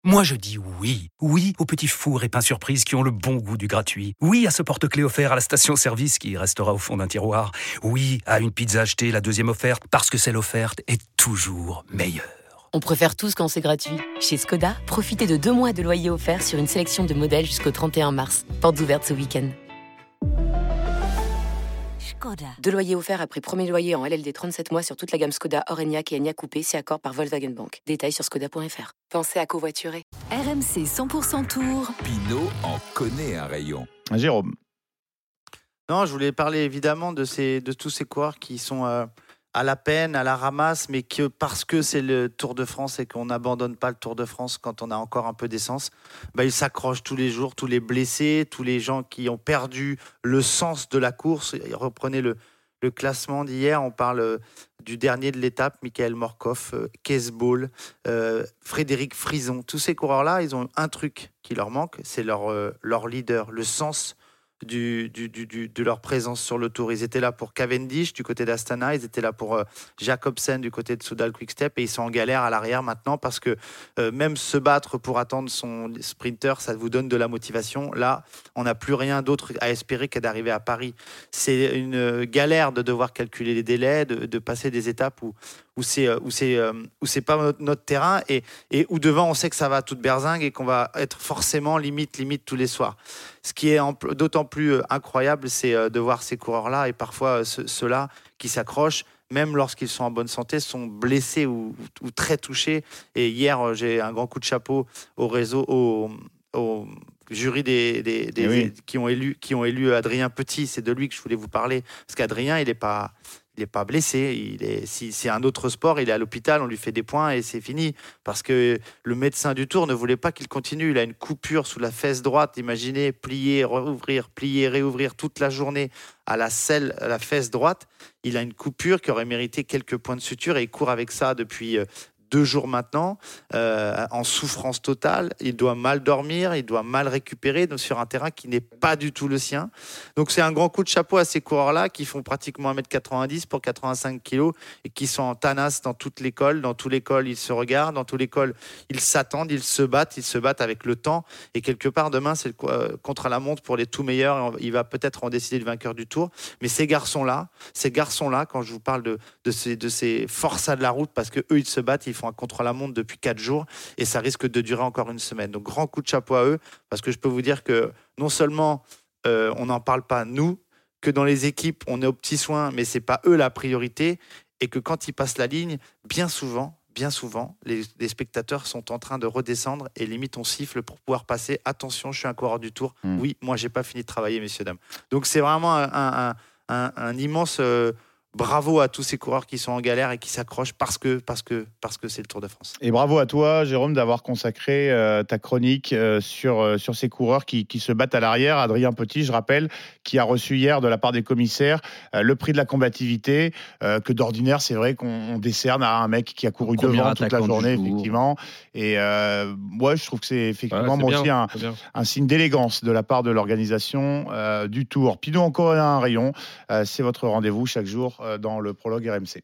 Moi je dis oui. Oui aux petits fours et pains surprises qui ont le bon goût du gratuit. Oui à ce porte-clés offert à la station-service qui restera au fond d'un tiroir. Oui à une pizza achetée, la deuxième offerte, parce que celle offerte est toujours meilleure. On préfère tous quand c'est gratuit. Chez Skoda, profitez de 2 mois de loyer offert sur une sélection de modèles jusqu'au 31 mars. Portes ouvertes ce week-end. 2 loyers offerts après premier loyer en LLD 37 mois sur toute la gamme Skoda, Orenia et Enyaq Coupé, si accord par Volkswagen Bank. Détails sur skoda.fr. Pensez à covoiturer. RMC 100% Tour. Pinot en connaît un rayon. Jérôme. Non, je voulais parler évidemment de tous ces coureurs qui sont à la peine, à la ramasse, mais que parce que c'est le Tour de France et qu'on n'abandonne pas le Tour de France quand on a encore un peu d'essence, ils s'accrochent tous les jours, tous les blessés, tous les gens qui ont perdu le sens de la course. Reprenez le classement d'hier, on parle du dernier de l'étape, Michael Morkov, Kees Bol, Frédéric Frison. Tous ces coureurs-là, ils ont un truc qui leur manque, c'est leur leader, le sens de leur présence sur le Tour. Ils étaient là pour Cavendish du côté d'Astana, ils étaient là pour Jacobsen du côté de Soudal Quick-Step, et ils sont en galère à l'arrière maintenant parce que même se battre pour attendre son sprinter, ça vous donne de la motivation. Là, on n'a plus rien d'autre à espérer qu'à d'arriver à Paris. C'est une galère de devoir calculer les délais, de passer des étapes où c'est pas notre terrain et où devant on sait que ça va à toute berzingue et qu'on va être forcément limite tous les soirs. Ce qui est d'autant plus incroyable, c'est de voir ces coureurs-là et parfois ceux-là qui s'accrochent, même lorsqu'ils sont en bonne santé, sont blessés ou très touchés. Et hier, j'ai un grand coup de chapeau au réseau, au jury qui ont élu Adrien Petit. C'est de lui que je voulais vous parler, parce qu'Adrien, il n'est pas blessé. Si c'est un autre sport, il est à l'hôpital, on lui fait des points et c'est fini. Parce que le médecin du Tour ne voulait pas qu'il continue. Il a une coupure sous la fesse droite. Imaginez, plier, réouvrir toute la journée à la fesse droite. Il a une coupure qui aurait mérité quelques points de suture et il court avec ça depuis 2 jours maintenant, en souffrance totale. Il doit mal dormir, il doit mal récupérer sur un terrain qui n'est pas du tout le sien. Donc c'est un grand coup de chapeau à ces coureurs-là qui font pratiquement 1m90 pour 85 kg et qui sont en tanasse dans toute l'école. Dans toute l'école, ils se regardent. Dans toute l'école, ils s'attendent, ils se battent avec le temps. Et quelque part, demain, c'est le contre-la-montre pour les tout meilleurs. Il va peut-être en décider le vainqueur du Tour. Mais ces garçons-là, quand je vous parle de ces forçats de la route, parce qu'eux, ils se battent, ils font un contre-la-montre depuis 4 jours et ça risque de durer encore une semaine. Donc grand coup de chapeau à eux, parce que je peux vous dire que non seulement on n'en parle pas nous, que dans les équipes on est aux petits soins, mais c'est pas eux la priorité, et que quand ils passent la ligne, bien souvent les spectateurs sont en train de redescendre et limite on siffle pour pouvoir passer. Attention, je suis un coureur du Tour. Oui, moi j'ai pas fini de travailler, messieurs dames. Donc c'est vraiment un immense bravo à tous ces coureurs qui sont en galère et qui s'accrochent parce que c'est le Tour de France. Et bravo à toi, Jérôme, d'avoir consacré ta chronique sur ces coureurs qui se battent à l'arrière. Adrien Petit, je rappelle, qui a reçu hier de la part des commissaires le prix de la combativité, que d'ordinaire, c'est vrai qu'on décerne à un mec qui a couru devant toute la journée, effectivement. Et moi, je trouve que c'est effectivement aussi un signe d'élégance de la part de l'organisation du Tour. Pinot, encore un rayon. C'est votre rendez-vous chaque jour dans le prologue RMC.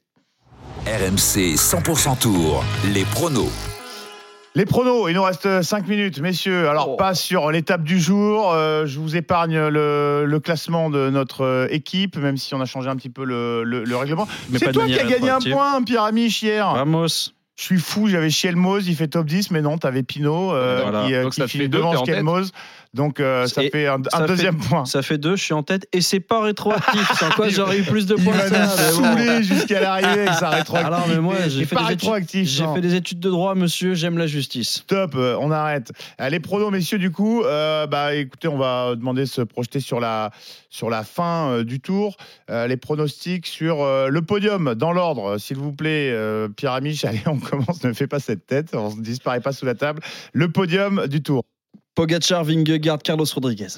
RMC 100% Tour, les pronos. Les pronos, il nous reste 5 minutes, messieurs. Alors, pas sur l'étape du jour. Je vous épargne le classement de notre équipe, même si on a changé un petit peu le règlement. Mais c'est toi qui as gagné un point, Pierre Amiche, hier. Vamos. Je suis fou, j'avais Schielmoz, il fait top 10, mais non, t'avais Pinot qui finit devant Schielmoz. Donc ça fait un deuxième point. Ça fait 2, je suis en tête et c'est pas rétroactif. Sans quoi j'aurais eu plus de points. Il va nous saouler jusqu'à l'arrivée avec sa rétroactive. Alors mais moi j'ai fait des études de droit, monsieur, j'aime la justice. Top, on arrête. Les pronos, messieurs, du coup, écoutez, on va demander de se projeter sur la fin du tour. Les pronostics sur le podium, dans l'ordre, s'il vous plaît. Pierre Amiche, allez, on commence, ne fais pas cette tête, on ne disparaît pas sous la table. Le podium du tour. Pogacar, Vingegaard, Carlos Rodriguez.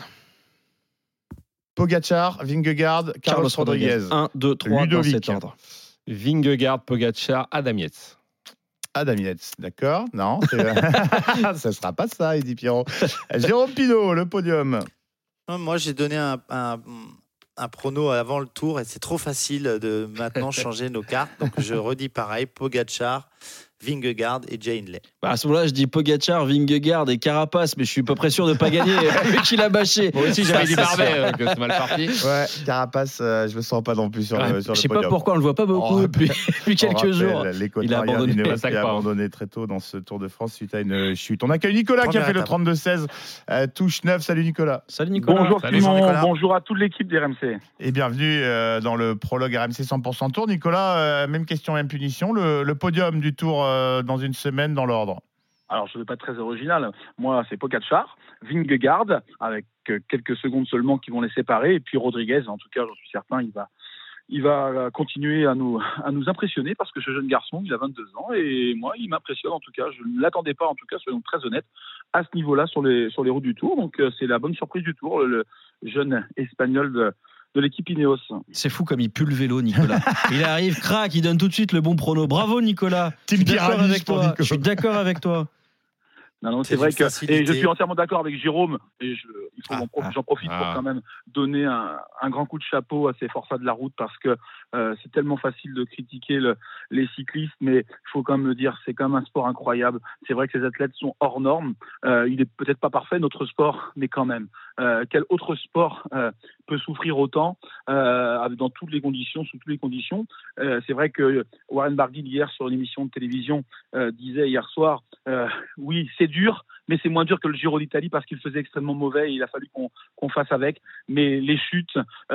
Pogacar, Vingegaard, Carlos Rodriguez. 1, 2, 3 dans cet ordre. Vingegaard, Pogacar, Adam Yates. Adam Yates, d'accord. Non, ça sera pas ça, Eddy Pierrot. Jérôme Pinot, le podium. Moi, j'ai donné un prono avant le tour et c'est trop facile de maintenant changer nos cartes. Donc, je redis pareil, Pogacar, Vingegaard et Jay Hindley. À ce moment-là, je dis Pogačar, Vingegaard et Carapace, mais je suis pas près sûr de pas gagner vu qu'il a bâché. Moi aussi, j'avais dit Bardet, que c'est mal parti. Ouais, Carapace, je me sens pas non plus sur le podium. Je sais pas pourquoi on le voit pas beaucoup depuis quelques jours. Il a abandonné. Il a abandonné très tôt dans ce Tour de France suite à une chute. On accueille Nicolas qui a fait le 32-16, touche 9. Salut Nicolas. Salut Nicolas. Bonjour Salut Simon, Nicolas. bonjour à toute l'équipe d'RMC. Et bienvenue dans le prologue RMC 100% Tour. Nicolas, même question, même punition. Le podium du Tour dans une semaine dans l'ordre. Alors, je ne vais pas être très original. Moi, c'est Pogačar, Vingegaard, avec quelques secondes seulement qui vont les séparer. Et puis Rodriguez, en tout cas, j'en suis certain, il va continuer à nous impressionner parce que ce jeune garçon, il a 22 ans. Et moi, il m'impressionne en tout cas. Je ne l'attendais pas, en tout cas, soyons très honnêtes, à ce niveau-là sur les routes du Tour. Donc, c'est la bonne surprise du Tour, le jeune espagnol de l'équipe Ineos. C'est fou comme il pue le vélo, Nicolas. Il arrive, crac, il donne tout de suite le bon prono. Bravo, Nicolas. Je suis d'accord avec toi. Non, c'est vrai que et je suis entièrement d'accord avec Jérôme. Et j'en profite pour quand même donner un grand coup de chapeau à ces forçats de la route parce que c'est tellement facile de critiquer les cyclistes, mais il faut quand même le dire, c'est quand même un sport incroyable. C'est vrai que ces athlètes sont hors normes. Il est peut-être pas parfait notre sport, mais quand même. Quel autre sport peut souffrir autant dans toutes les conditions, sous toutes les conditions. C'est vrai que Warren Barguil hier sur une émission de télévision disait hier soir, oui c'est dur, mais c'est moins dur que le Giro d'Italie parce qu'il faisait extrêmement mauvais et il a fallu qu'on fasse avec. Mais les chutes,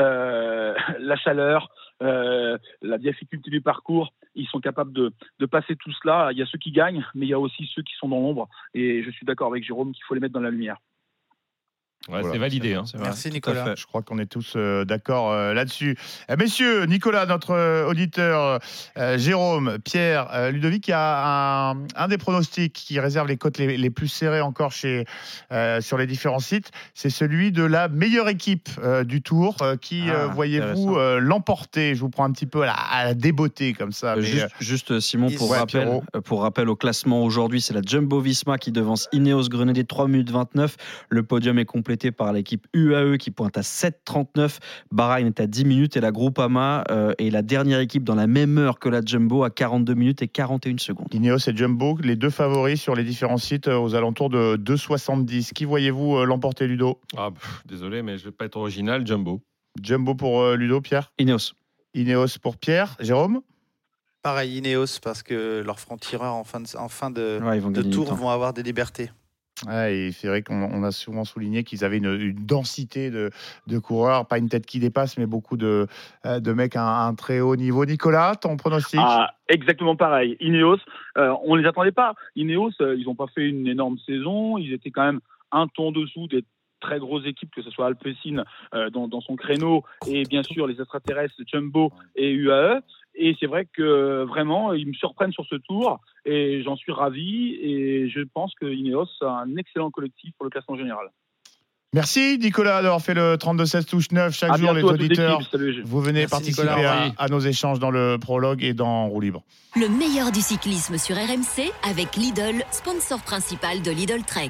la chaleur, la difficulté du parcours, ils sont capables de passer tout cela. Il y a ceux qui gagnent, mais il y a aussi ceux qui sont dans l'ombre. Et je suis d'accord avec Jérôme qu'il faut les mettre dans la lumière. Ouais, voilà, c'est validé. C'est Merci Nicolas. Je crois qu'on est tous d'accord là-dessus. Messieurs, Nicolas, notre auditeur, Jérôme, Pierre, Ludovic, il y a un des pronostics qui réserve les cotes les plus serrées encore sur les différents sites. C'est celui de la meilleure équipe du Tour. Qui voyez-vous l'emporter ? Je vous prends un petit peu à la débeauté comme ça. Juste Simon, pour rappel au classement aujourd'hui, c'est la Jumbo-Visma qui devance Ineos Grenadier 3 minutes 29. Le podium est complété par l'équipe UAE qui pointe à 7,39. Bahreïn est à 10 minutes et la Groupama est la dernière équipe dans la même heure que la Jumbo à 42 minutes et 41 secondes. Ineos et Jumbo, les deux favoris sur les différents sites aux alentours de 2,70. Qui voyez-vous l'emporter, Ludo ? Désolé, mais je ne vais pas être original. Jumbo. Jumbo pour Ludo, Pierre ? Ineos pour Pierre. Jérôme ? Pareil, Ineos, parce que leurs francs-tireurs en fin de tour vont avoir des libertés. Ouais, et c'est vrai qu'on a souvent souligné qu'ils avaient une densité de coureurs, pas une tête qui dépasse, mais beaucoup de mecs à un très haut niveau. Nicolas, ton pronostic ? Exactement pareil. Ineos, on les attendait pas. Ineos, ils n'ont pas fait une énorme saison. Ils étaient quand même un ton dessous des très grosses équipes, que ce soit Alpecin dans son créneau, et bien sûr les extraterrestres Jumbo et UAE. Et c'est vrai que vraiment, ils me surprennent sur ce tour et j'en suis ravi. Et je pense que Ineos a un excellent collectif pour le classement général. Merci Nicolas d'avoir fait le 32-16 touche 9. Chaque jour, les auditeurs, vous venez participer à nos échanges dans le prologue et dans Roue Libre. Le meilleur du cyclisme sur RMC avec Lidl, sponsor principal de Lidl Trek.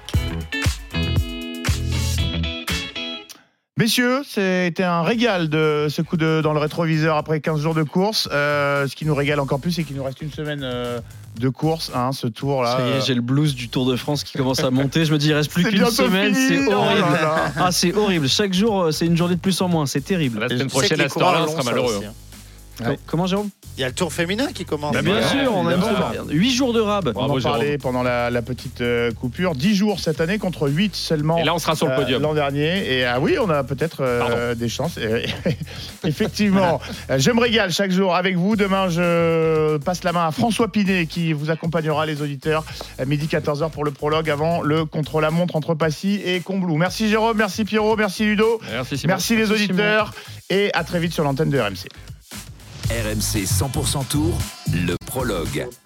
Messieurs, c'était un régal de ce coup dans le rétroviseur après 15 jours de course. Ce qui nous régale encore plus, c'est qu'il nous reste une semaine de course, ce tour-là. Ça y est, j'ai le blues du Tour de France qui commence à monter. Je me dis, il reste plus qu'une semaine, c'est horrible. C'est horrible. Chaque jour, c'est une journée de plus en moins. C'est terrible. La semaine prochaine, à ce temps-là, on sera malheureux. Comment, Jérôme ? Il y a le Tour féminin qui commence. Bien sûr, on a 8 jours de rab. On en parlait pendant la petite coupure. 10 jours cette année contre 8 seulement. Et là, on sera sur le podium. L'an dernier. Et oui, on a peut-être des chances. Effectivement, je me régale chaque jour avec vous. Demain, je passe la main à François Pinet qui vous accompagnera, les auditeurs, à midi 14h pour le prologue avant le contre-la-montre entre Passy et Combloux. Merci Jérôme, merci Pierrot, merci Ludo. Merci les auditeurs. Et à très vite sur l'antenne de RMC. RMC 100% Tour, le prologue.